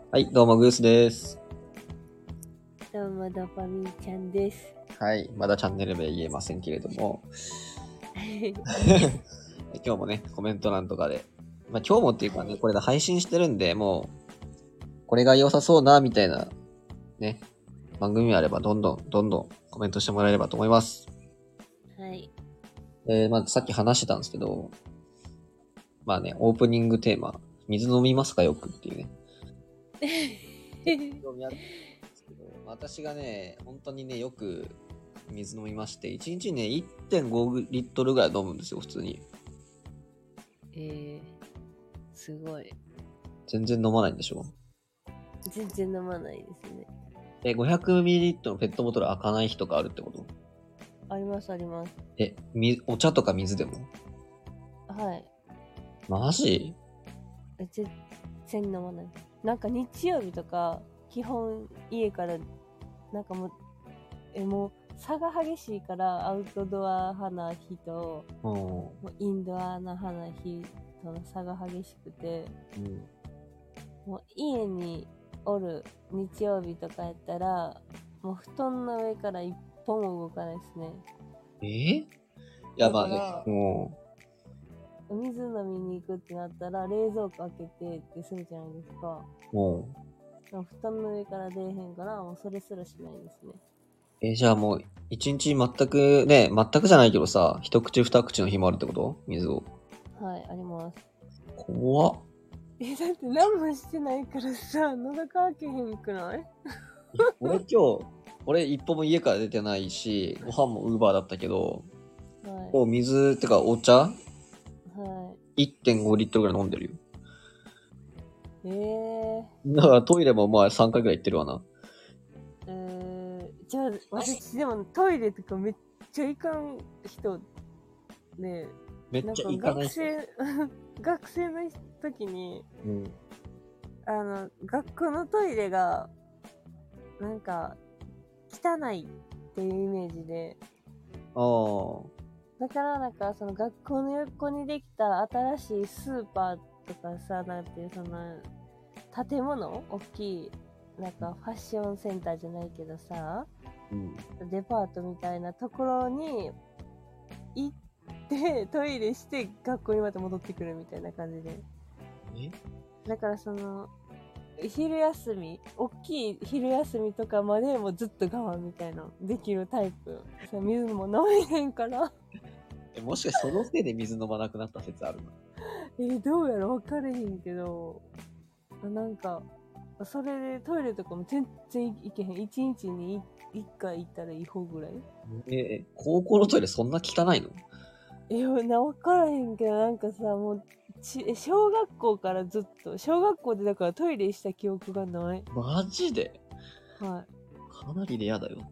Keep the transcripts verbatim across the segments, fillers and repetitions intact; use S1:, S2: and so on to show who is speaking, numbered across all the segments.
S1: はい、どうも、グースです。
S2: どうもドパミンちゃんです。
S1: はい、まだチャンネル名言えませんけれども、今日もね、コメント欄とかで、まあ今日もっていうかね、
S2: はい。
S1: これで配信してるんで、もう、これが良さそうな、みたいな、ね、番組あれば、どんどん、どんどんコメントしてもらえればと思います。
S2: はい。
S1: えー、まずさっき話してたんですけど、まあね、オープニングテーマ、水飲みますかよくっていうね。興味あるんですけど、私がね、本当にね、よく水飲みまして、いちにちね、いってんごリットルぐらい飲むんですよ、普通に。
S2: えー、すごい。
S1: 全然飲まないんでしょ？
S2: 全然飲まないですね。
S1: え、ごひゃくミリリットル のペットボトル開かない日とかあるってこと？
S2: ありますあります。
S1: え、み、お茶とか水でも？
S2: はい。
S1: マジ？
S2: 全然飲まない。なんか日曜日とか、基本家から、なんかもう、え、もう差が激しいからアウトドア派な日と、
S1: うん。
S2: もうインドアな派な日との差が激しくて、
S1: うん。
S2: もう家におる日曜日とかやったら、もう布団の上から一歩も動かないですね。
S1: えや
S2: だ
S1: ばいね。
S2: から、
S1: も
S2: お水飲みに行くってなったら、冷蔵庫開けてってするじゃないですか。
S1: う、も
S2: でも布団の上から出えへんから、もうそれすらしないですね。
S1: う、え、じゃあもう、一日全くね、全くじゃないけどさ、一口二口の日もあるってこと？水を。
S2: はい、あります。
S1: 怖っ。
S2: え、だって何もしてないからさ、喉乾けへんくない？
S1: 俺今日、俺一歩も家から出てないし、ご飯もウーバーだったけど、
S2: は
S1: こう水ってかお茶
S2: い。は
S1: いってんご リットルぐらい飲んでるよ。
S2: い。え
S1: だからトイレもまあさんかいぐらい行ってるわな。
S2: ー、えー、じゃあ、私でもトイレとかめっちゃ行かん人で、
S1: めっちゃ
S2: なんか
S1: 行かない人。
S2: 学生、学生の時に、
S1: うん。
S2: あの、学校のトイレが、なんか、汚いっていうイメージで、
S1: ああ。
S2: だからなんか、その学校の横にできた新しいスーパーとかさ、なんていう、その、建物大きい、なんかファッションセンターじゃないけどさ、
S1: うん。
S2: デパートみたいなところに行ってトイレして学校にまた戻ってくるみたいな感じで。
S1: え
S2: だからその、昼休み、大きい昼休みとかまでもずっと我慢みたいな、できるタイプ。そう水も飲めへんから。
S1: え、もしかしてそのせいで水飲まなくなった説あるの？
S2: えー、どうやろ分かれへんけど、なんか、それでトイレとかも全然行けへん。一日に一回行ったらいい方ぐらい。
S1: え、高校のトイレそんな汚いの？
S2: え、な、分からへんけど、なんかさ、もう、ち、小学校からずっと、小学校でだからトイレした記憶がない。
S1: マジで？
S2: は
S1: かなりレアだよ。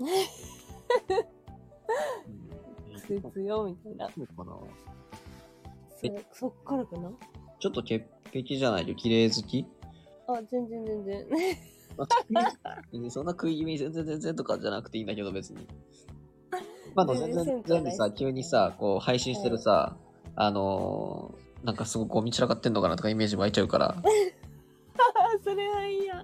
S1: うん。
S2: い。つつよ、みたいな。
S1: そうかな。え、
S2: それ、そっからかな。
S1: ちょっと潔癖じゃないけど、綺麗好き？
S2: あ、全然全然。
S1: まあ、別にそんな食い気味全然全然とかじゃなくていいんだけど、別に。まあ、あの全然、
S2: 全然銭湯
S1: 全部さ、
S2: 大好き。
S1: 急にさ、こう、配信してる
S2: はい。
S1: さ、あのー、なんかすごくゴミ散らかってんのかなとかイメージ湧いちゃうから。
S2: あ、それは嫌。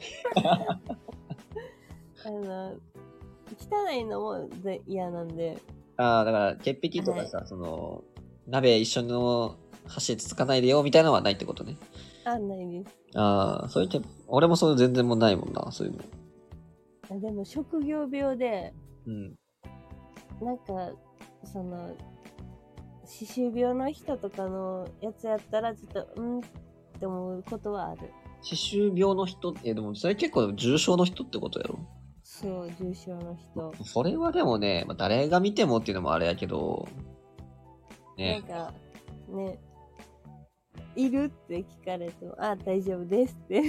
S2: あの、汚いのもで嫌なんで。
S1: ああ、だから、潔癖と
S2: はい。
S1: かさ、その、鍋一緒の箸つつかないでよ、みたいなのはないってことね。
S2: あ、ないです。
S1: ああ、そういうけ、俺もそういう全然もうないもんな、そういうの。
S2: あ、でも職業病で、
S1: うん。
S2: なんか、その、歯周病の人とかのやつやったら、ちょっと、うんって思うことはある。
S1: 歯周病の人って、でもそれ結構重症の人ってことやろ？
S2: そう、重症の人。
S1: それはでもね、まあ、誰が見てもっていうのもあれやけど、ね。
S2: なんか、ね、いるって聞かれても、あ、大丈夫ですって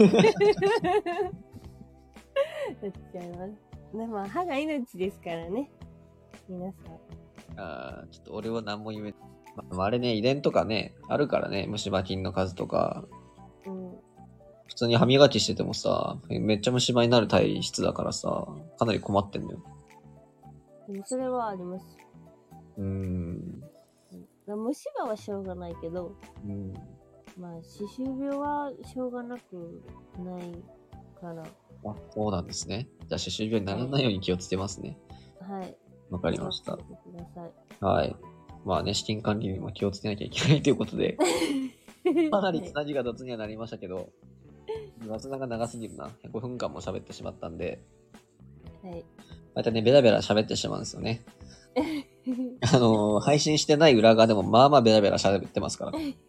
S2: 言っちゃいます。でも、歯が命ですからね。皆さん。
S1: あーちょっと俺は何も言え、まあ、あれね、遺伝とかね、あるからね、虫歯菌の数とか、
S2: うん。
S1: 普通に歯磨きしててもさ、めっちゃ虫歯になる体質だからさ、かなり困ってんのよ。
S2: でもそれはあります。
S1: うーん。
S2: うん、虫歯はしょうがないけど、
S1: うん。
S2: まあ、歯周病はしょうがなくないから。
S1: あ、そうなんですね。じゃあ、歯周病にならないように気をつけますね。
S2: はい。
S1: わかりました。
S2: 気をつけてください。
S1: はい。まあね、資金管理にも気をつけなきゃいけないということで、かなりつなぎが雑にはなりましたけど、雑談が長すぎるな。ごふんかんも喋ってしまったんで、
S2: はい。
S1: またね、ベラベラ喋ってしまうんですよね。あのー、配信してない裏側でも、まあまあベラベラ喋ってますから。本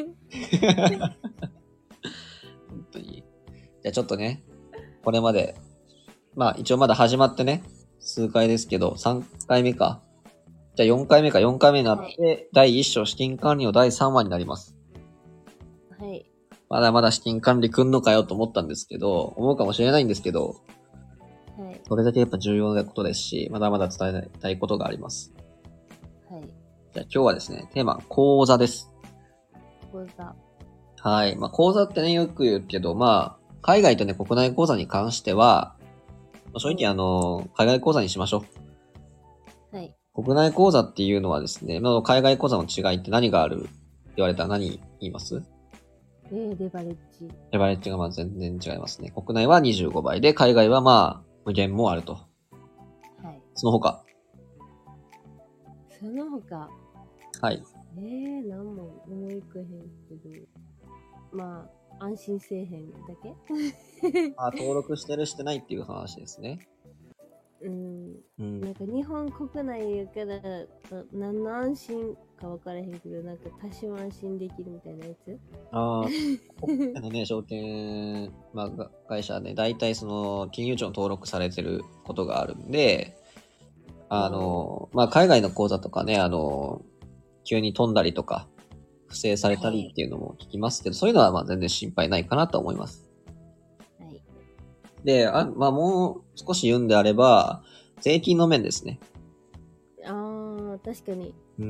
S1: 当に。じゃあちょっとね、これまで、まあ一応まだ始まってね、数回ですけど、さんかいめか。じゃあよんかいめか、よんかいめになって、はい、だいいっ章資金管理のだいさんわになります。
S2: はい。
S1: まだまだ資金管理くんのかよと思ったんですけど、思うかもしれないんですけど、はい。それだけやっぱ重要なことですし、まだまだ伝えたいことがあります。はい。じゃあ今日はですね、テーマ、講座です。講座。はい。まあ講座ってね、よく言うけど、まあ、海外とね、国内講座に関しては、まあ、正直あの、海外講座にしましょう。はい。国内講座っていうのはですね、まあ、海外講座の違いって何があるって言われたら何言います？えー、レバレッジ。レバレッジがまあ全然違いますね。国内はにじゅうごばいで、海外はまあ、無限もあると。はい。その他。
S2: その他。
S1: はい。
S2: えー、なんも思いくへんけど。まあ、安心せえへんだけ
S1: あ、登録してるしてないっていう話ですね。
S2: うん。うん、なんか日本国内やから、何の安心か分からへんけど、なんか多少安心できるみたいなやつ。
S1: ああ、国内のね、証券、まあ、会社はね、大体その、金融庁に登録されてることがあるんで、あの、まあ、海外の口座とかね、あの、急に飛んだりとか、不正されたりっていうのも聞きますけど、はい、そういうのはまあ全然心配ないかなと思います。はい。で、あ、まあもう少し言うんであれば、税金の面ですね。
S2: ああ、確かに。
S1: うん。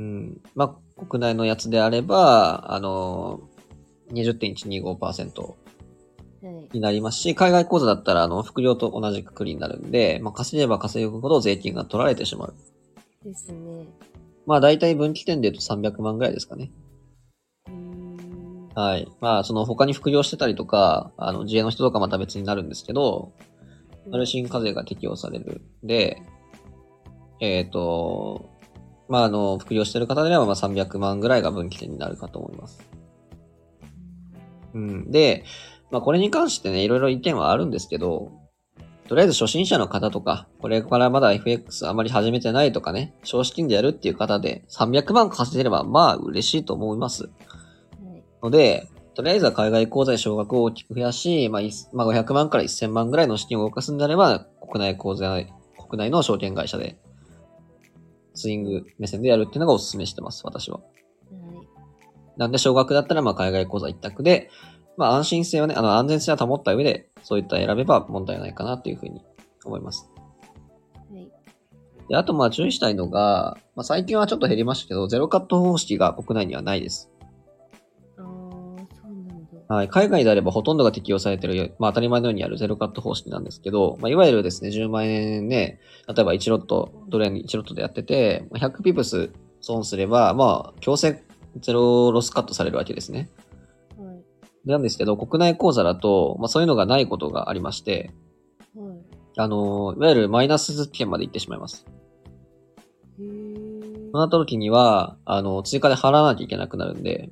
S1: まあ、国内のやつであれば、あの、にじゅってんいちにごパーセント になりますし、はい、海外口座だったら、あの、副業と同じくくりになるんで、まあ、稼げば稼ぐほど税金が取られてしまう。
S2: ですね。
S1: まあ、だいたい分岐点で言うとさんびゃくまんぐらいですかね。はい。まあ、その他に副業してたりとか、あの、自営の人とかまた別になるんですけど、マルシン課税が適用される。で、えっと、まあ、あの、副業してる方であれば、まあ、さんびゃくまんぐらいが分岐点になるかと思います。うん。で、まあ、これに関してね、いろいろ意見はあるんですけど、とりあえず初心者の方とか、これからまだ エフエックス あまり始めてないとかね、少資金でやるっていう方でさんびゃくまん稼げれば、まあ嬉しいと思います。はい、ので、とりあえずは海外口座で少額を大きく増やし、まあ、まあ、ごひゃくまんからせんまんぐらいの資金を動かすんであれば、国内口座、国内の証券会社で、スイング目線でやるっていうのがお勧めしてます、私は。はい、なんで少額だったら、まあ海外口座一択で、まあ安心性はね、あの安全性は保った上で、そういった選べば問題ないかなというふうに思います。はい。で、あとまあ注意したいのが、まあ最近はちょっと減りましたけど、ゼロカット方式が国内にはないです。
S2: ああ、そうなんだ。
S1: はい。海外であればほとんどが適用されている、まあ当たり前のようにあるゼロカット方式なんですけど、まあいわゆるですね、じゅうまんえんね、例えばいちロット、ドル円いちロットでやってて、ひゃくピプス損すれば、まあ強制ゼロロスカットされるわけですね。はい。なんですけど、国内口座だと、まあそういうのがないことがありまして、はい。あの、いわゆるマイナス圏まで行ってしまいます。へー。そうなった時には、あの、追加で払わなきゃいけなくなるんで、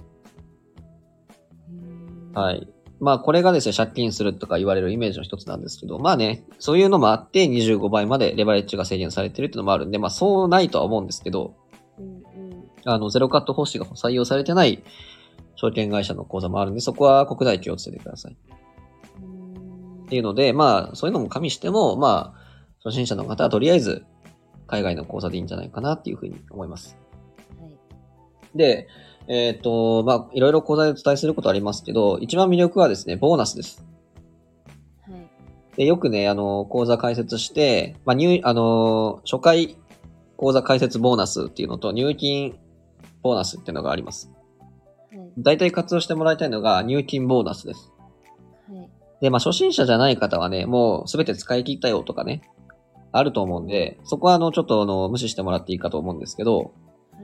S1: はい。まあこれがですね、借金するとか言われるイメージの一つなんですけど、まあね、そういうのもあってにじゅうごばいまでレバレッジが制限されてるっていうのもあるんで、まあそうないとは思うんですけど、うんうん、あの、ゼロカット方式が採用されてない証券会社の口座もあるんで、そこは国内気をつけてください。っていうので、まあ、そういうのも加味しても、まあ、初心者の方はとりあえず、海外の口座でいいんじゃないかなっていうふうに思います。はい、で、えっと、まあ、いろいろ口座でお伝えすることありますけど、一番魅力はですね、ボーナスです。はい。で、よくね、あの、口座開設して、まあ、入、あの、初回口座開設ボーナスっていうのと入金ボーナスっていうのがあります。大体活用してもらいたいのが入金ボーナスです。はい。で、まあ初心者じゃない方はね、もうすべて使い切ったよとかね、あると思うんで、そこはあの、ちょっとあの、無視してもらっていいかと思うんですけど、はい。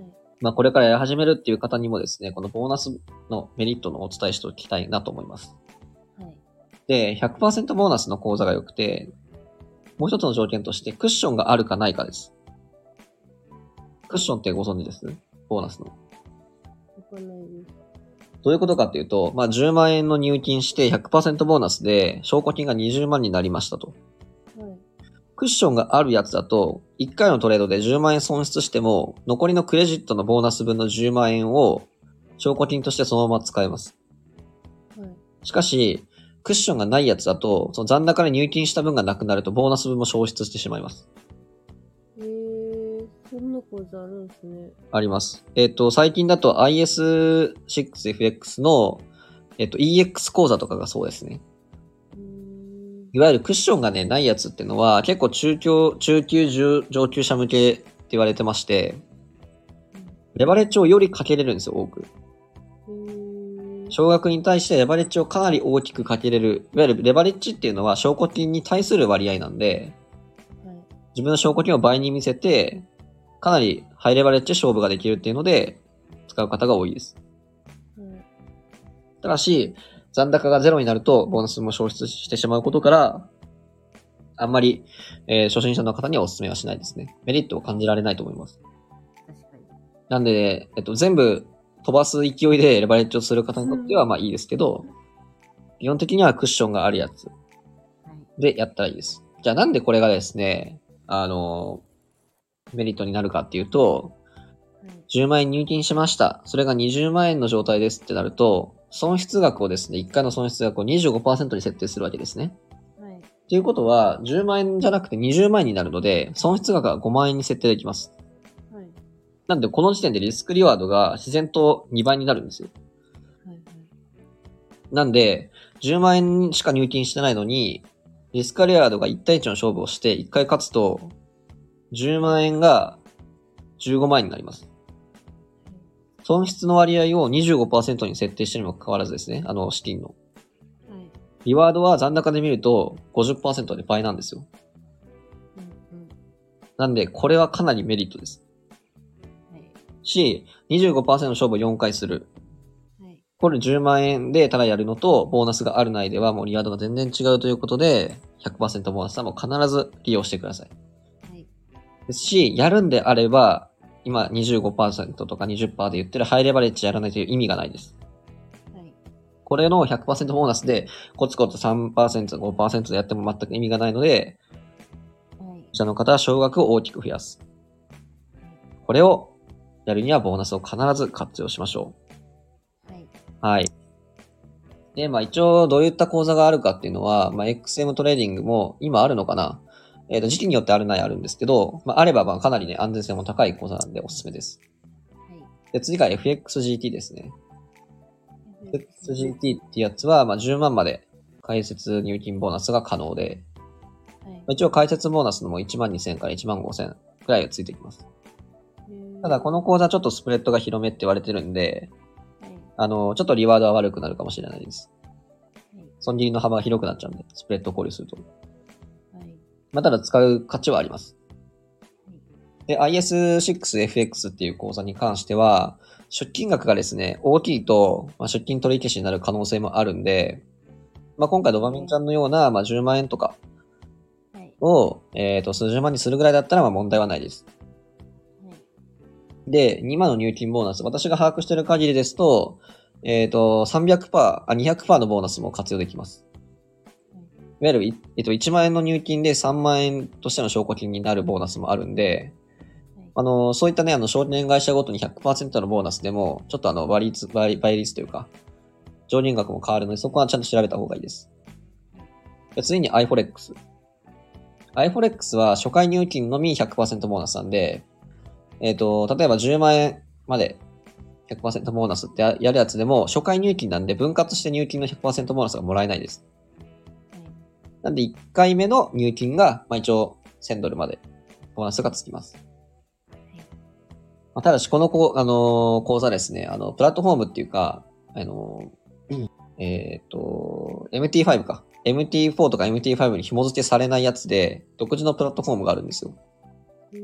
S1: まあこれからやり始めるっていう方にもですね、このボーナスのメリットのお伝えしておきたいなと思います。
S2: はい。
S1: で、ひゃくパーセント ボーナスの口座が良くて、もう一つの条件としてクッションがあるかないかです。クッションってご存知です？ボーナスの。
S2: わかんないです。
S1: どういうことかっていうと、まあじゅうまん円の入金して ひゃくパーセント ボーナスで証拠金がにじゅうまんになりましたと。
S2: はい。
S1: クッションがあるやつだと、いっかいのトレードでじゅうまん円損失しても、残りのクレジットのボーナス分のじゅうまん円を証拠金としてそのまま使えます。
S2: はい。
S1: しかし、クッションがないやつだと、その残高で入金した分がなくなると、ボーナス分も消失してしまいます。
S2: えー、そんな講座あるんですね。
S1: あります。えっと、最近だと アイエスシックスエフエックス の、えっと、イーエックス 講座とかがそうですね。
S2: うーん。
S1: いわゆるクッションがね、ないやつっていうのは、結構中級、中級上上級者向けって言われてまして、レバレッジをよりかけれるんですよ、多く。
S2: えー、
S1: 少額に対してレバレッジをかなり大きくかけれる。いわゆるレバレッジっていうのは証拠金に対する割合なんで、
S2: はい。
S1: 自分の証拠金を倍に見せて、かなりハイレバレッジで勝負ができるっていうので、使う方が多いです。
S2: はい。
S1: ただし、残高がゼロになると、ボーナスも消失してしまうことから、あんまり、えー初心者の方にはお勧めはしないですね。メリットを感じられないと思います。
S2: 確かに。
S1: なんで、えっと、全部飛ばす勢いでレバレッジをする方にとってはまあいいですけど、基本的にはクッションがあるやつ
S2: はい。
S1: でやったらいいです。じゃあなんでこれがですね、あの、メリットになるかっていうと、
S2: はい。
S1: じゅうまん円入金しました。それがにじゅうまん円の状態ですってなると、損失額をですね、いっかいの損失額を にじゅうごパーセント に設定するわけですね。
S2: はい。
S1: っていうことは、じゅうまん円じゃなくてにじゅうまん円になるので、損失額がごまん円に設定できます。
S2: はい。
S1: なんで、この時点でリスクリワードが自然とにばいになるんですよ。
S2: はい。
S1: なんで、じゅうまん円しか入金してないのに、リスクリワードがいち対いちの勝負をしていっかい勝つと、じゅうまん円がじゅうごまん円になります。損失の割合を にじゅうごパーセント に設定してるにもかかわらずですね、あの資金の。
S2: はい。
S1: リワードは残高で見ると ごじゅっパーセント で倍なんですよ。
S2: うんうん。
S1: なんで、これはかなりメリットです。
S2: はい。
S1: し、にじゅうごパーセント の勝負をよんかいする。
S2: はい。
S1: これじゅうまん円でただやるのと、ボーナスがある内ではもうリワードが全然違うということで、ひゃくパーセント ボーナスはもう必ず利用してください。
S2: はい。
S1: ですし、やるんであれば、今 にじゅうごパーセント とか にじゅっパーセント で言ってるハイレバレッジやらないという意味がないです。
S2: はい。
S1: これの ひゃくパーセント ボーナスで、コツコツ さんパーセント、ごパーセント でやっても全く意味がないので、
S2: はい。
S1: こちらの方は少額を大きく増やす。これをやるにはボーナスを必ず活用しましょ
S2: はい。
S1: う。はい。で、まあ一応どういった講座があるかっていうのは、まあ エックスエム トレーディングも今あるのかな？えっと、時期によってあるないあるんですけど、まああればまあかなりね、安全性も高い講座なんでおすすめです。
S2: はい。
S1: で、次が エフエックスジーティー ですね。エフエックスジーティー ってやつは、まあじゅうまんまで解説入金ボーナスが可能で、
S2: はい。
S1: まあ一応解説ボーナスのもいちまんにせんからいちまんごせんくらいがついてきます。ただこの講座ちょっとスプレッドが広めって言われてるんで、
S2: はい。
S1: あの、ちょっとリワードは悪くなるかもしれないです。
S2: はい。
S1: 損切りの幅が広くなっちゃうんで、スプレッド考慮すると。
S2: はい。
S1: まあ、ただ使う価値はあります。
S2: はい。
S1: で、アイエスシックスエフエックス っていう講座に関しては、出金額がですね、大きいと、まあ、出金取り消しになる可能性もあるんで、まあ、今回ドバミンちゃんのような、まあ、じゅうまん円とか
S2: はい。
S1: を、えっと、数十万にするぐらいだったら、まあ、問題はないです。
S2: はい。
S1: で、にまんの入金ボーナス、私が把握している限りですと、えっと、さんびゃくパーセント、あ、にひゃくパーセントのボーナスも活用できます。いわゆる、いえっと、いちまん円の入金でさんまん円としての証拠金になるボーナスもあるんで、あの、そういったね、あの、証券会社ごとに ひゃくパーセント のボーナスでも、ちょっとあの、割率、倍倍率というか、上限額も変わるので、そこはちゃんと調べた方がいいです。で次に アイフォレックス。アイフォレックスは初回入金のみ ひゃくパーセント ボーナスなんで、えっと、例えばじゅうまん円まで ひゃくパーセント ボーナスってやるやつでも、初回入金なんで分割して入金の ひゃくパーセント ボーナスがもらえないです。なんでいっかいめの入金が、まあ、一応せんドルまでボーナスがつきます。まあ、ただし、このこ、あのー講座ですね、あの、プラットフォームっていうか、あのーえっと、エムティーファイブ か。エムティーフォー とか エムティーファイブ に紐付けされないやつで、独自のプラットフォームがあるんですよ。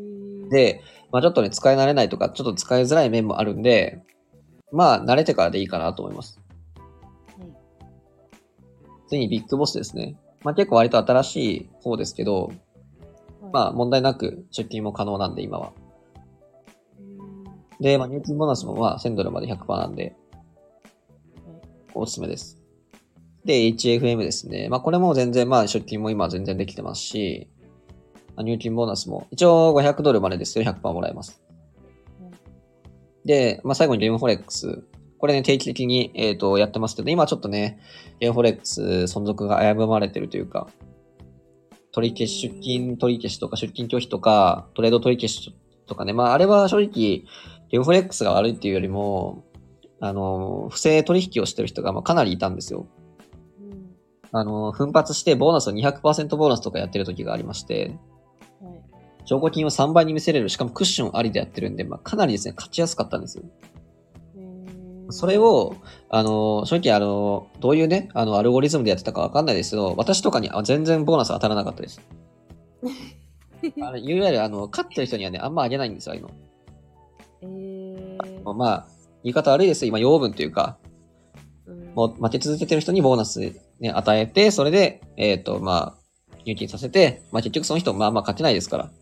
S1: で、まあちょっとね、使い慣れないとか、ちょっと使いづらい面もあるんで、まあ慣れてからでいいかなと思います。
S2: はい。
S1: 次にビッグボスですね。まあ結構割と新しい方ですけど、
S2: はい、
S1: まあ問題なく出金も可能なんで今は。
S2: うーん。
S1: で、まあ入金ボーナスもまあせんドルまで ひゃくパーセント なんで、
S2: はい。
S1: おすすめです。で、エイチエフエム ですね。まあこれも全然まあ出金も今は全然できてますし、入金ボーナスも一応ごひゃくドルまでですけど ひゃくパーセント もらえます。
S2: はい。
S1: で、まあ最後にゲームフォレックス。これね、定期的に、えっ、と、やってますけど、今ちょっとね、ゲームフォレックス存続が危ぶまれてるというか、取り消し、出金取り消しとか、出金拒否とか、トレード取り消しとかね、まああれは正直、ゲームフォレックスが悪いっていうよりも、あの、不正取引をしてる人がまあかなりいたんですよ。
S2: うん。
S1: あの、奮発してボーナスを にひゃくパーセント ボーナスとかやってる時がありまして、
S2: はい。
S1: 証拠金をさんばいに見せれる、しかもクッションありでやってるんで、まあかなりですね、勝ちやすかったんですよ。
S2: へー。
S1: それを、あの、正直あの、どういうね、あの、アルゴリズムでやってたかわかんないですけど、私とかには全然ボーナス当たらなかったです。あの、いわゆるあの、勝ってる人にはね、あんまあげないんですよ、ああいうの。
S2: えー。
S1: まあ、言い方悪いですよ、今、養分というか、
S2: うん。
S1: もう負け続けてる人にボーナスね、与えて、それで、えっ、と、まあ、入金させて、まあ結局その人、まあまあ勝てないですから、
S2: はい。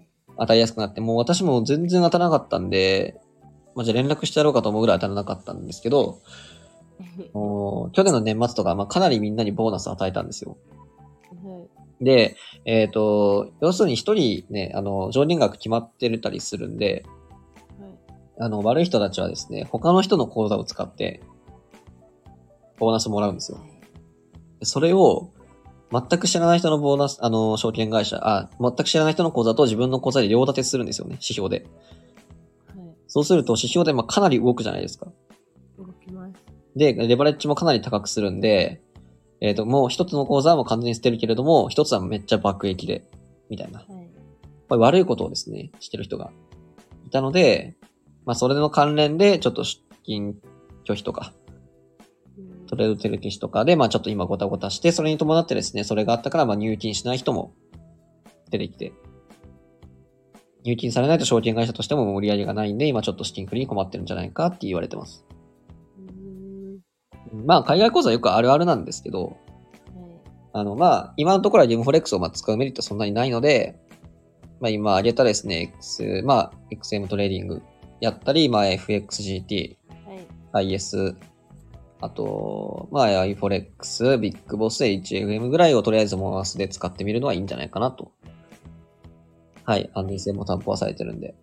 S1: 当たりやすくなって、もう私も全然当たらなかったんで、まあじゃあ連絡してやろうかと思うぐらい当たらなかったんですけど、もう去年の年末とか、まあかなりみんなにボーナス与えたんですよ。
S2: はい。
S1: で、えっ、と、要するに一人ね、あの、上限額決まってるたりするんで、
S2: はい。
S1: あの、悪い人たちはですね、他の人の口座を使って、ボーナスもらうんですよ。それを、全く知らない人のボーナス、あの、証券会社、あ、全く知らない人の口座と自分の口座で両立てするんですよね、指標で。
S2: はい。
S1: そうすると、指標でまあかなり動くじゃないですか。
S2: 動きます。
S1: で、レバレッジもかなり高くするんで、えっ、と、もう一つの口座はもう完全に捨てるけれども、一つはめっちゃ爆益で、みたいな。
S2: はい。
S1: これ悪いことをですね、してる人がいたので、まあ、それの関連で、ちょっと出金拒否とか、
S2: うん。
S1: トレードテレ消しとかで、まあ、ちょっと今ごたごたして、それに伴ってですね、それがあったから、まあ、入金しない人も出てきて、入金されないと証券会社としても売り上げがないんで、今ちょっと資金繰りに困ってるんじゃないかって言われてます。
S2: うーん。
S1: まあ、海外口座はよくあるあるなんですけど、
S2: はい。
S1: あの、まあ、今のところはゲームフォレックスをまあ使うメリットはそんなにないので、まあ今挙げたですね、X、まあ エックスエム トレーディングやったり、まあ エフエックスジーティー、
S2: はい。
S1: アイエス、あと、まあ iForex、ビッグボス、エイチエフエム ぐらいをとりあえずモースで使ってみるのはいいんじゃないかなと。はい、安全性も担保はされてるんで。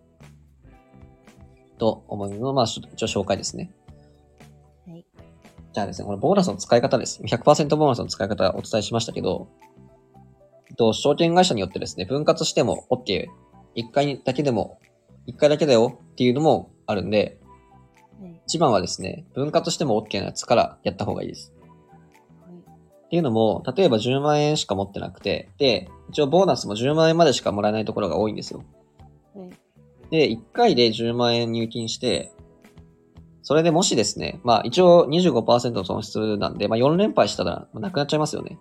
S1: と思うのの、まあ一応紹介ですね。
S2: はい。
S1: じゃあですね、このボーナスの使い方です。ひゃくパーセント ボーナスの使い方お伝えしましたけど、と、証券会社によってですね、分割しても OK。一回だけでも、一回だけだよっていうのもあるんで、
S2: はい。
S1: 一番はですね、分割しても OK なやつからやった方がいいです。
S2: はい。
S1: っていうのも、例えばじゅうまんえんしか持ってなくて、で、一応ボーナスもじゅうまんえんまでしかもらえないところが多いんですよ。
S2: はい。
S1: で、いっかいでじゅうまんえん入金して、それでもしですね、まあ一応 にじゅうごパーセント の損失なんで、まあよん連敗したらなくなっちゃいますよね。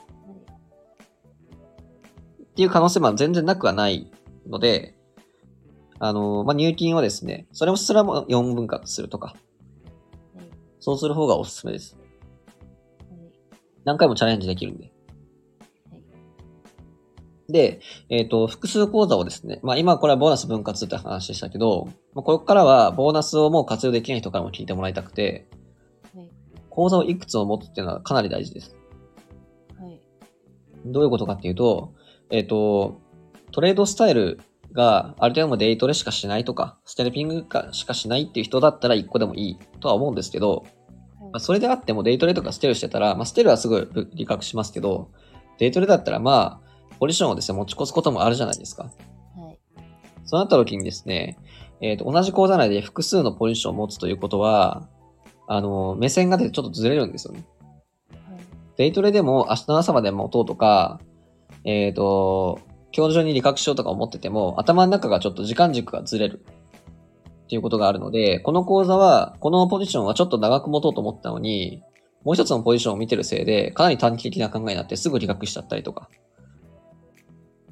S1: っていう可能性も全然なくはないので、あの、まあ、入金はですね、それもすらもよんぶん割するとか、
S2: はい。
S1: そうする方がおすすめです。
S2: はい。
S1: 何回もチャレンジできるんで。
S2: はい。
S1: で、えっ、と、複数口座をですね、まあ、今これはボーナス分割って話でしたけど、まあ、これからはボーナスをもう活用できない人からも聞いてもらいたくて、
S2: はい。
S1: 口座をいくつを持つっていうのはかなり大事です。
S2: はい。
S1: どういうことかっていうと、えっ、と、トレードスタイルがある程度もデイトレしかしないとか、ステルピングかしかしないっていう人だったらいっこでもいいとは思うんですけど、まあ、それであってもデイトレとかステルしてたら、まあ、ステルはすぐ理覚しますけど、デイトレだったらまあ、ポジションをですね、持ち越すこともあるじゃないですか。
S2: はい。
S1: そうなった時にですね、えっ、と、同じ口座内で複数のポジションを持つということは、あの、目線が出てちょっとずれるんですよね。
S2: はい。
S1: デイトレでも明日の朝まで持とうとか、えっ、と、今日中に理覚しようとか思ってても、頭の中がちょっと時間軸がずれるっていうことがあるので、この講座は、このポジションはちょっと長く持とうと思ったのに、もう一つのポジションを見てるせいで、かなり短期的な考えになってすぐ理覚しちゃったりとか、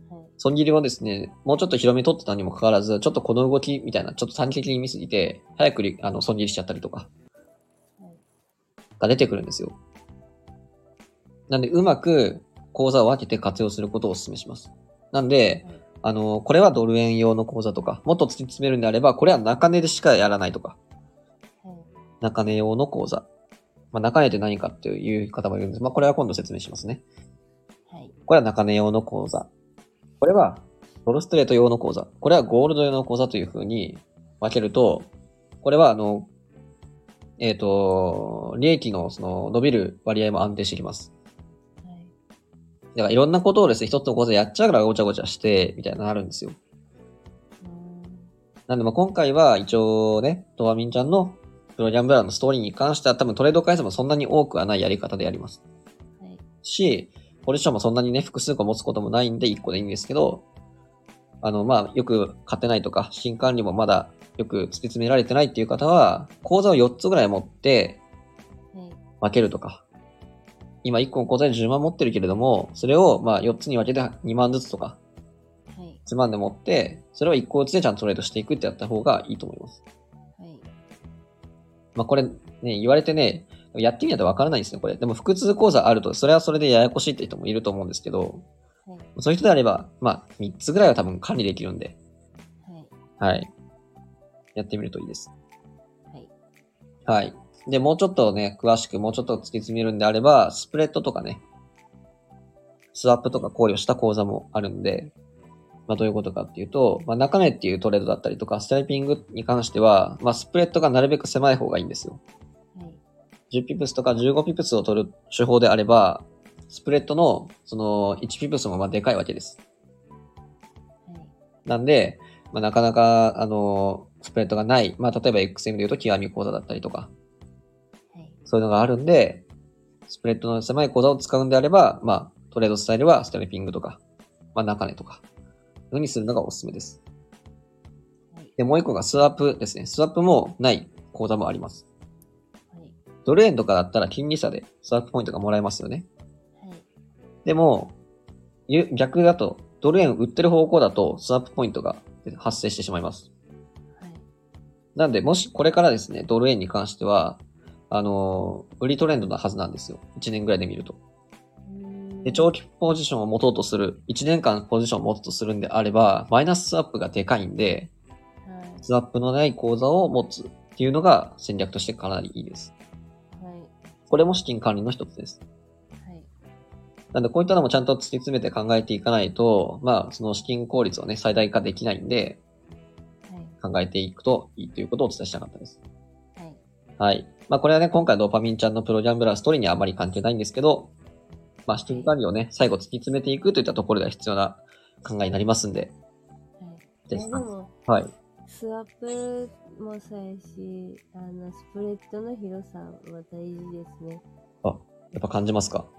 S1: 損切りをですね、もうちょっと広め取ってたにもかかわらず、ちょっとこの動きみたいな、ちょっと短期的に見すぎて、早くりあの損切りしちゃったりとか、が出てくるんですよ。なんで、うまく口座を分けて活用することをお勧めします。なんで、
S2: はい
S1: あの、これはドル円用の口座とか、もっと突き詰めるんであれば、これは中値でしかやらないとか、
S2: はい。
S1: 中値用の口座。まあ、中値って何かっていう方もいるんです。まあ、これは今度説明しますね。
S2: はい。
S1: これは中値用の口座。これはドルストレート用の口座。これはゴールド用の口座という風に分けると、これはあの、えっ、と、利益のその伸びる割合も安定してきます。
S2: はい。
S1: だからいろんなことをですね、一つの口座やっちゃうからごちゃごちゃして、みたいなのあるんですよ。
S2: うーん。
S1: なんでまあ今回は一応ね、ドアミンちゃんのプロギャンブラーのストーリーに関しては多分トレード回数もそんなに多くはないやり方でやります。
S2: はい。
S1: し、ポジションもそんなにね、複数個持つこともないんでいっこでいいんですけど、あの、まあ、よく勝てないとか、資金管理もまだよく突き詰められてないっていう方は、口座をよっつぐらい持って
S2: はい。
S1: 分けるとか。今いっこの口座でじゅうまん持ってるけれども、それをまあよっつに分けてにまんずつとか、
S2: はい。
S1: いちまんで持って、それをいっこずつでちゃんとトレードしていくってやった方がいいと思います。
S2: はい。
S1: まあこれね、言われてね、やってみないとわからないんですよ、これ。でも複数口座あると、それはそれでややこしいって人もいると思うんですけど、
S2: はい。
S1: そういう人であれば、まあみっつぐらいは多分管理できるんで、
S2: はい。
S1: はい。やってみるといいです。
S2: はい。
S1: はい。で、もうちょっとね、詳しくもうちょっと突き詰めるんであれば、スプレッドとかね、スワップとか考慮した口座もあるんで、まあどういうことかっていうと、まあ中値っていうトレードだったりとか、ストライピングに関しては、まあスプレッドがなるべく狭い方がいいんですよ。
S2: はい。
S1: じゅうピプスとかじゅうごピプスを取る手法であれば、スプレッドのそのいちピプスもまあでかいわけです。
S2: はい。
S1: なんで、まあなかなか、あの、スプレッドがない、まあ例えば エックスエム で言うと極み口座だったりとか、
S2: はい。
S1: そういうのがあるんで、スプレッドの狭い口座を使うんであれば、まあ、トレードスタイルはストライピングとか、まあ、中値とか、のにするのがおすすめです。
S2: はい。
S1: で、もう一個がスワップですね。スワップもない口座もあります。
S2: はい。
S1: ドル円とかだったら金利差でスワップポイントがもらえますよね。
S2: はい。
S1: でも、ゆ逆だと、ドル円売ってる方向だとスワップポイントが発生してしまいます。
S2: はい。
S1: なんで、もしこれからですね、ドル円に関しては、あのー売りトレンドなはずなんですよ。いちねんぐらいで見ると。
S2: うーん。
S1: で、長期ポジションを持とうとする、いちねんかんポジションを持つとするんであれば、マイナススワップがでかいんで、
S2: はい。
S1: スワップのない口座を持つっていうのが戦略としてかなりいいです。
S2: はい。
S1: これも資金管理の一つです。
S2: はい。
S1: なんでこういったのもちゃんと突き詰めて考えていかないと、まあ、その資金効率をね、最大化できないんで、
S2: はい。
S1: 考えていくといいということをお伝えしたかったです。
S2: はい。
S1: はい。まあ、これはね、今回ドーパミンちゃんのプロギャンブラーストーリーにはあまり関係ないんですけど、まあ、資金管理をね、最後突き詰めていくといったところが必要な考えになりますんで。
S2: はい。
S1: で
S2: いや、でも、
S1: はい。
S2: スワップもそうやし、あの、スプレッドの広さは大事ですね。
S1: あ、やっぱ感じますか？
S2: はい。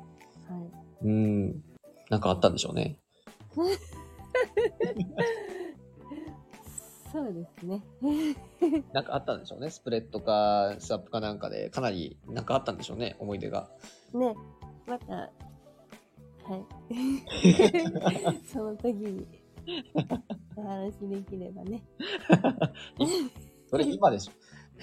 S1: うーん。なんかあったんでしょうね。
S2: そうですね。
S1: なんかあったんでしょうね。スプレッドか、スワップかなんかで、かなり、なんかあったんでしょうね。思い出が。
S2: ね、また、はい。その時にお話できればね。
S1: それ今でしょ。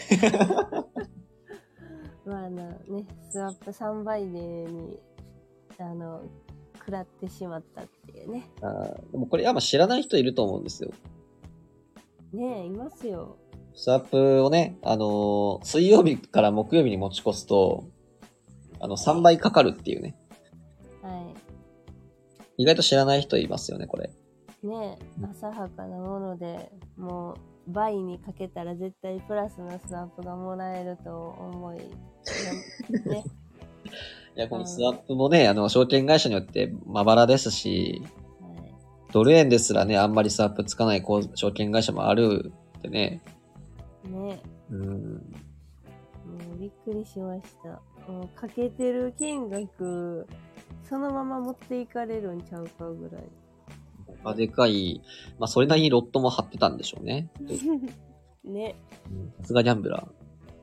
S2: まああのね、スワップさんばいでに、あの、食らってしまったっていうね。
S1: あーでもこれ、あんま知らない人いると思うんですよ。
S2: ねえ、いますよ。
S1: スワップをね、あのー水曜日から木曜日に持ち越すと、あの、さんばいかかるっていうね。
S2: は
S1: 意外と知らない人いますよね、これ。
S2: い。ねえ、浅はかなもので、もう、倍にかけたら絶対プラスのスワップがもらえると思い、ね。
S1: いや、このスワップもね、あの、証券会社によってまばらですし、
S2: はい。
S1: ドル円ですらね、あんまりスワップつかないこう証券会社もあるってね。
S2: ね
S1: うん。
S2: もうびっくりしました。もうかけてる金額、そのまま持っていかれるんちゃうかぐらい。
S1: まあ、でかい、まあ、それなりにロットも張ってたんでしょうね。
S2: ね。
S1: うんさすがギャンブラー。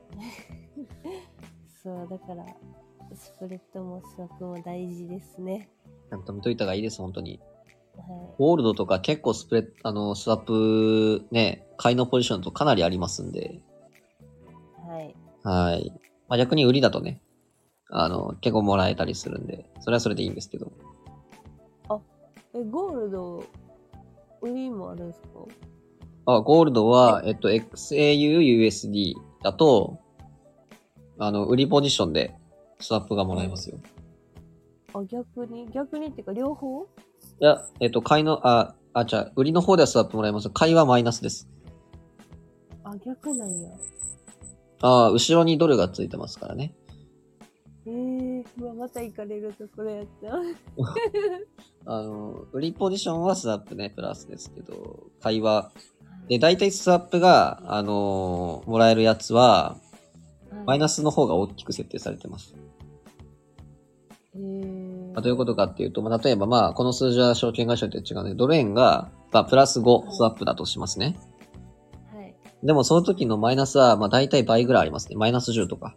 S2: そう、だから、スプレッドもスワップも大事ですね。
S1: ちゃんと見といた方がいいです、本当に。 ゴールドとか結構スプレッ、あの、スワップね、買いのポジションとかなりありますんで。
S2: はい。
S1: はい。まあ、逆に売りだとね、あの、結構もらえたりするんで、それはそれでいいんですけど。
S2: あ、え、ゴールド、売りもあるんですか？
S1: あ、ゴールドは、えっと、エックスエーユーユーエスディー だと、あの、売りポジションでスワップがもらえますよ。
S2: あ、逆に逆にっていうか、両方？
S1: いや、えっと、買いの、あ、あ、じゃあ、売りの方ではスワップもらえます。買いはマイナスです。
S2: あ、逆なんや。
S1: ああ、後ろにドルがついてますからね。
S2: えー、うわ、また行かれるところやった。
S1: あの、売りポジションはスワップね、プラスですけど、買いは、で、大体スワップが、あのーもらえるやつは、マイナスの方が大きく設定されてます。
S2: えー、
S1: まあ、どういうことかっていうと、まあ、例えばまあ、この数字は証券会社と違うので、ドル円が、まあ、プラスごスワップだとしますね。
S2: はい。
S1: でもその時のマイナスは、まあ大体倍ぐらいありますね。マイナスじゅうとか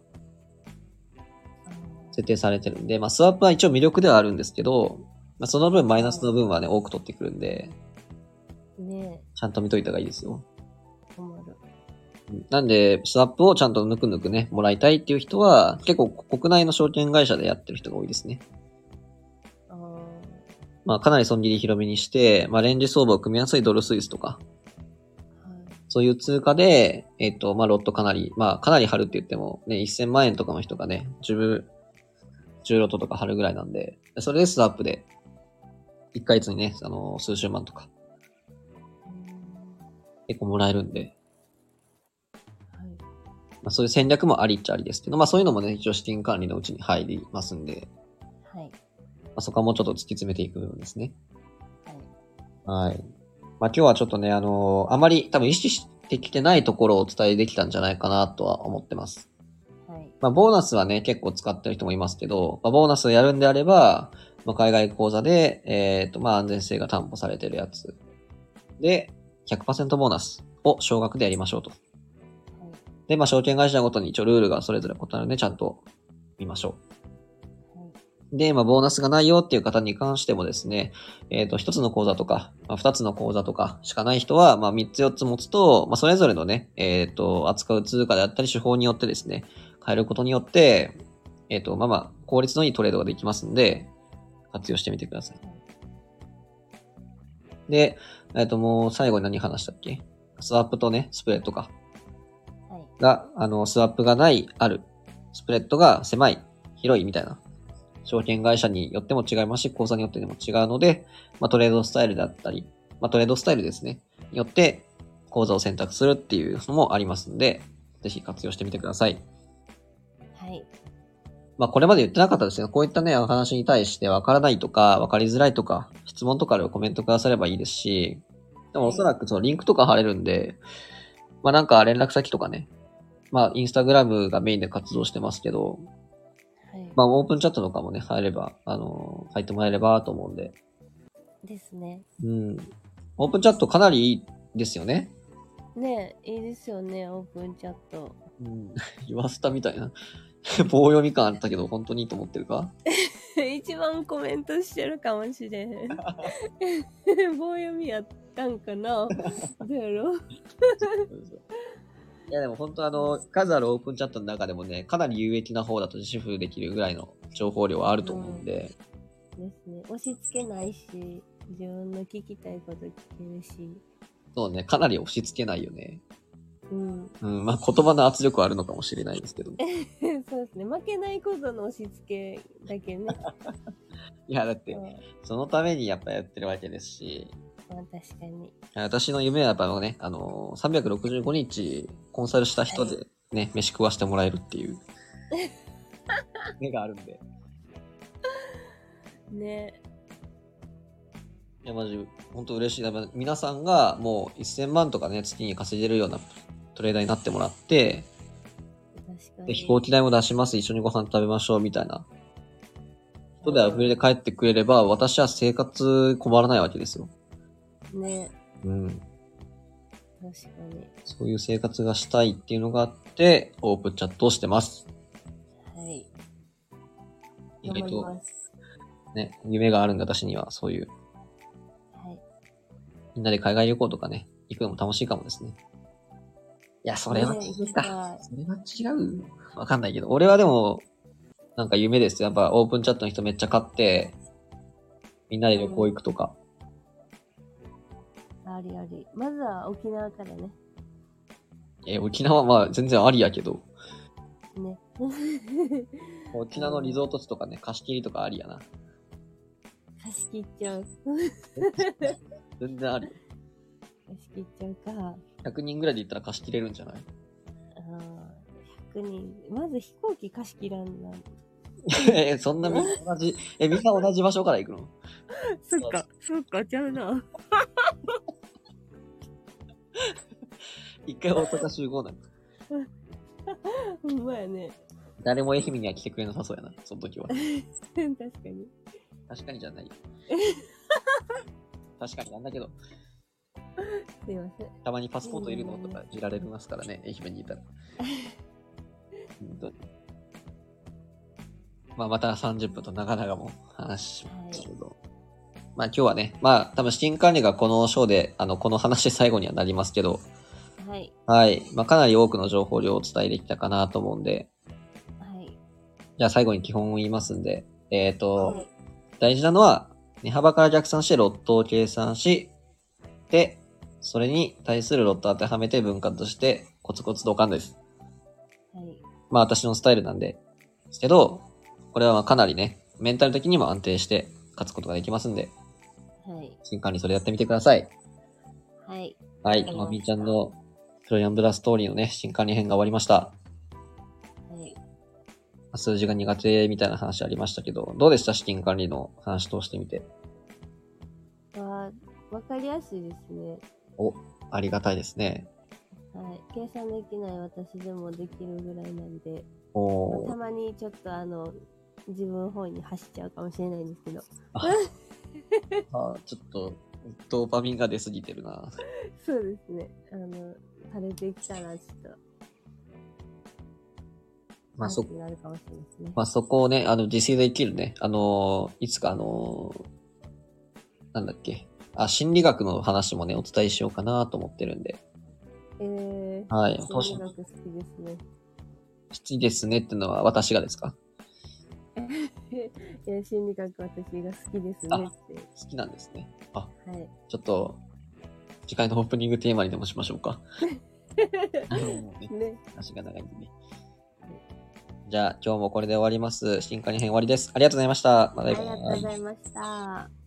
S1: 設定されてるんで、まあスワップは一応魅力ではあるんですけど、まあその分マイナスの分はね、多く取ってくるんで、
S2: ね
S1: ちゃんと見といた方がいいですよ。
S2: え、困る。
S1: なんで、スワップをちゃんとぬくぬくね、もらいたいっていう人は、結構国内の証券会社でやってる人が多いですね。
S2: あー、
S1: まあかなり損切り広めにして、まあレンジ相場を組みやすいドルスイスとか、
S2: はい。
S1: そういう通貨で、えっと、まあロットかなり、まあかなり張るって言っても、ね、せんまん円とかの人がね、じゅう、じゅうロットとか張るぐらいなんで、それでスワップで、いっかげつにね、あの、数十万とか、結構もらえるんで、
S2: はい。
S1: まあそういう戦略もありっちゃありですけど、まあそういうのもね、一応資金管理のうちに入りますんで、
S2: はい。
S1: まあそこはもうちょっと突き詰めていく部分ですね。
S2: はい。
S1: はい。まあ今日はちょっとね、あのあまり多分意識してきてないところをお伝えできたんじゃないかなとは思ってます。
S2: はい。
S1: まあボーナスはね、結構使ってる人もいますけど、まあボーナスをやるんであれば、まあ海外口座で、えっと、まあ安全性が担保されてるやつで、ひゃくパーセント ボーナスを少額でやりましょうと。で、まあ証券会社ごとに一応ルールがそれぞれ異なるんで、ちゃんと見ましょう。で、まあ、ボーナスがないよっていう方に関してもですね、えっと、一つの口座とか、まあ、二つの口座とかしかない人は、まあ、三つ四つ持つと、まあ、それぞれのね、えっと、扱う通貨であったり手法によってですね、変えることによって、えっと、まあまあ、効率のいいトレードができますんで、活用してみてください。で、えっと、もう最後に何話したっけ？スワップとね、スプレッドか。が、あの、スワップがない、ある。スプレッドが狭い、広いみたいな。証券会社によっても違いますし、口座によっても違うので、まあ、トレードスタイルだったり、まあ、トレードスタイルですね。によって、口座を選択するっていうのもありますので、ぜひ活用してみてください。
S2: はい。
S1: まあ、これまで言ってなかったですけど、こういったね、お話に対してわからないとか、わかりづらいとか、質問とかでコメントくださればいいですし、でもおそらくそのリンクとか貼れるんで、まあ、なんか連絡先とかね、まあ、インスタグラムがメインで活動してますけど、
S2: はい。
S1: まあ、オープンチャットとかもね、入れば、あのー入ってもらえればと思うんで。
S2: ですね。
S1: うん。オープンチャットかなりいいですよね。
S2: ねえ、いいですよね、オープンチャット。
S1: うん。言わせたみたいな。棒読み感あったけど、本当にいいと思ってるか？
S2: 一番コメントしてるかもしれへん。棒読みやったんかな。どうやろう。
S1: いやでも本当あの、数あるオープンチャットの中でもね、かなり有益な方だと自負できるぐらいの情報量はあると思うんで。
S2: ですね。押し付けないし、自分の聞きたいこと聞けるし。
S1: そうね、かなり押し付けないよね。
S2: うん。
S1: うん、まあ言葉の圧力はあるのかもしれないですけど。
S2: そうですね。負けないことの押し付けだけね。
S1: いや、だって
S2: うん、
S1: そのためにやっぱやってるわけですし。
S2: まあ確かに。
S1: 私の夢はやっぱね、あのー、さんびゃくろくじゅうごにちコンサルした人でね、飯食わしてもらえるっていう、目があるんで。
S2: ね。
S1: いや、マジ、ほんと嬉しい。やっぱ皆さんがもうせんまんとかね、月に稼げるようなトレーダーになってもらって、
S2: 確かに。
S1: で、飛行機代も出します、一緒にご飯食べましょう、みたいな。人で溢れて帰ってくれれば、私は生活困らないわけですよ。
S2: ね。
S1: うん。
S2: 確かに。
S1: そういう生活がしたいっていうのがあって、オープンチャットをしてます。
S2: はい。
S1: 意外と
S2: 頑張ります。
S1: ね、夢があるんだ、私には、そういう。 みんなで海外旅行とかね、行くのも楽しいかもですね。いや、それは
S2: ね
S1: 違うか。それは違うわかんないけど。俺はでも、なんか夢ですよ。やっぱオープンチャットの人めっちゃ買って、みんなで旅行行くとか。
S2: ありあり。まずは沖縄からね。
S1: え、沖縄はまあ全然ありやけど。
S2: ね。
S1: 沖縄のリゾート地とかね、貸し切りとかありやな。
S2: 貸し切っちゃう。
S1: 全然あり。
S2: 貸し切っちゃうか。
S1: ひゃくにんぐらいで行ったら貸し切れるんじゃない？
S2: ああ、ひゃくにん。まず飛行機貸し切らんな。
S1: え、そんなみんな同じ、え、みんな同じ場所から行くの？
S2: そっか、そっか、ちゃうな。
S1: 一回大阪集合なの。
S2: ほんまやね。
S1: 誰も愛媛には来てくれなさそうやな、その時は。
S2: 確かに。
S1: 確かにじゃない。確かになんだけど、
S2: すいません。
S1: たまにパスポートいるのとかいられますからね、愛媛にいたら。本当に。まあ、またさんじゅっぷんと長々も話しましたけど。はい、まあ今日はね、まあ多分資金管理がこの章で、あの、この話最後にはなりますけど、
S2: はい。
S1: はい。まあかなり多くの情報量をお伝えできたかなと思うんで、
S2: はい。
S1: じゃあ最後に基本を言いますんで、えっ、ー、と、
S2: はい、
S1: 大事なのは、値幅から逆算してロットを計算し、で、それに対するロットを当てはめて分割としてコツコツ同感です。
S2: はい。
S1: まあ私のスタイルなんで、ですけど、これはまあかなりね、メンタル的にも安定して勝つことができますんで、
S2: はい。
S1: 資金管理それやってみてください。
S2: はい。
S1: はい。まみーちゃんのトロイアンブラストーリーのね、資金管理編が終わりました。
S2: はい。
S1: 数字が苦手みたいな話ありましたけど、どうでした？資金管理の話通してみて。
S2: わ、わかりやすいですね。
S1: お、ありがたいですね。
S2: はい。計算できない私でもできるぐらいなんで、
S1: お
S2: まあ、たまにちょっとあの、自分本位に走っちゃうかもしれないんですけど。
S1: ああ、ちょっと、ドーパミンが出すぎてるな。
S2: そうですね。あの、垂れてきたらちょっと、
S1: まあそ、
S2: なるかもしれないですね。
S1: まあそこをね、あの、自炊できるね、あのー、いつかあのー、なんだっけ、あ、心理学の話もね、お伝えしようかなと思ってるんで。
S2: えー、
S1: はい。
S2: 心理学好きですね。
S1: 好きですねってのは私がですか？
S2: いや、心理学私が好きですねって。
S1: 好きなんですね。あ、
S2: はい。
S1: ちょっと、次回のオープニングテーマにでもしましょうか。もうね、ね、話が長いんでね。じゃあ、今日もこれで終わります。新加に編終わりです。ありがとうございました。バイバイ。
S2: ありがとうございました。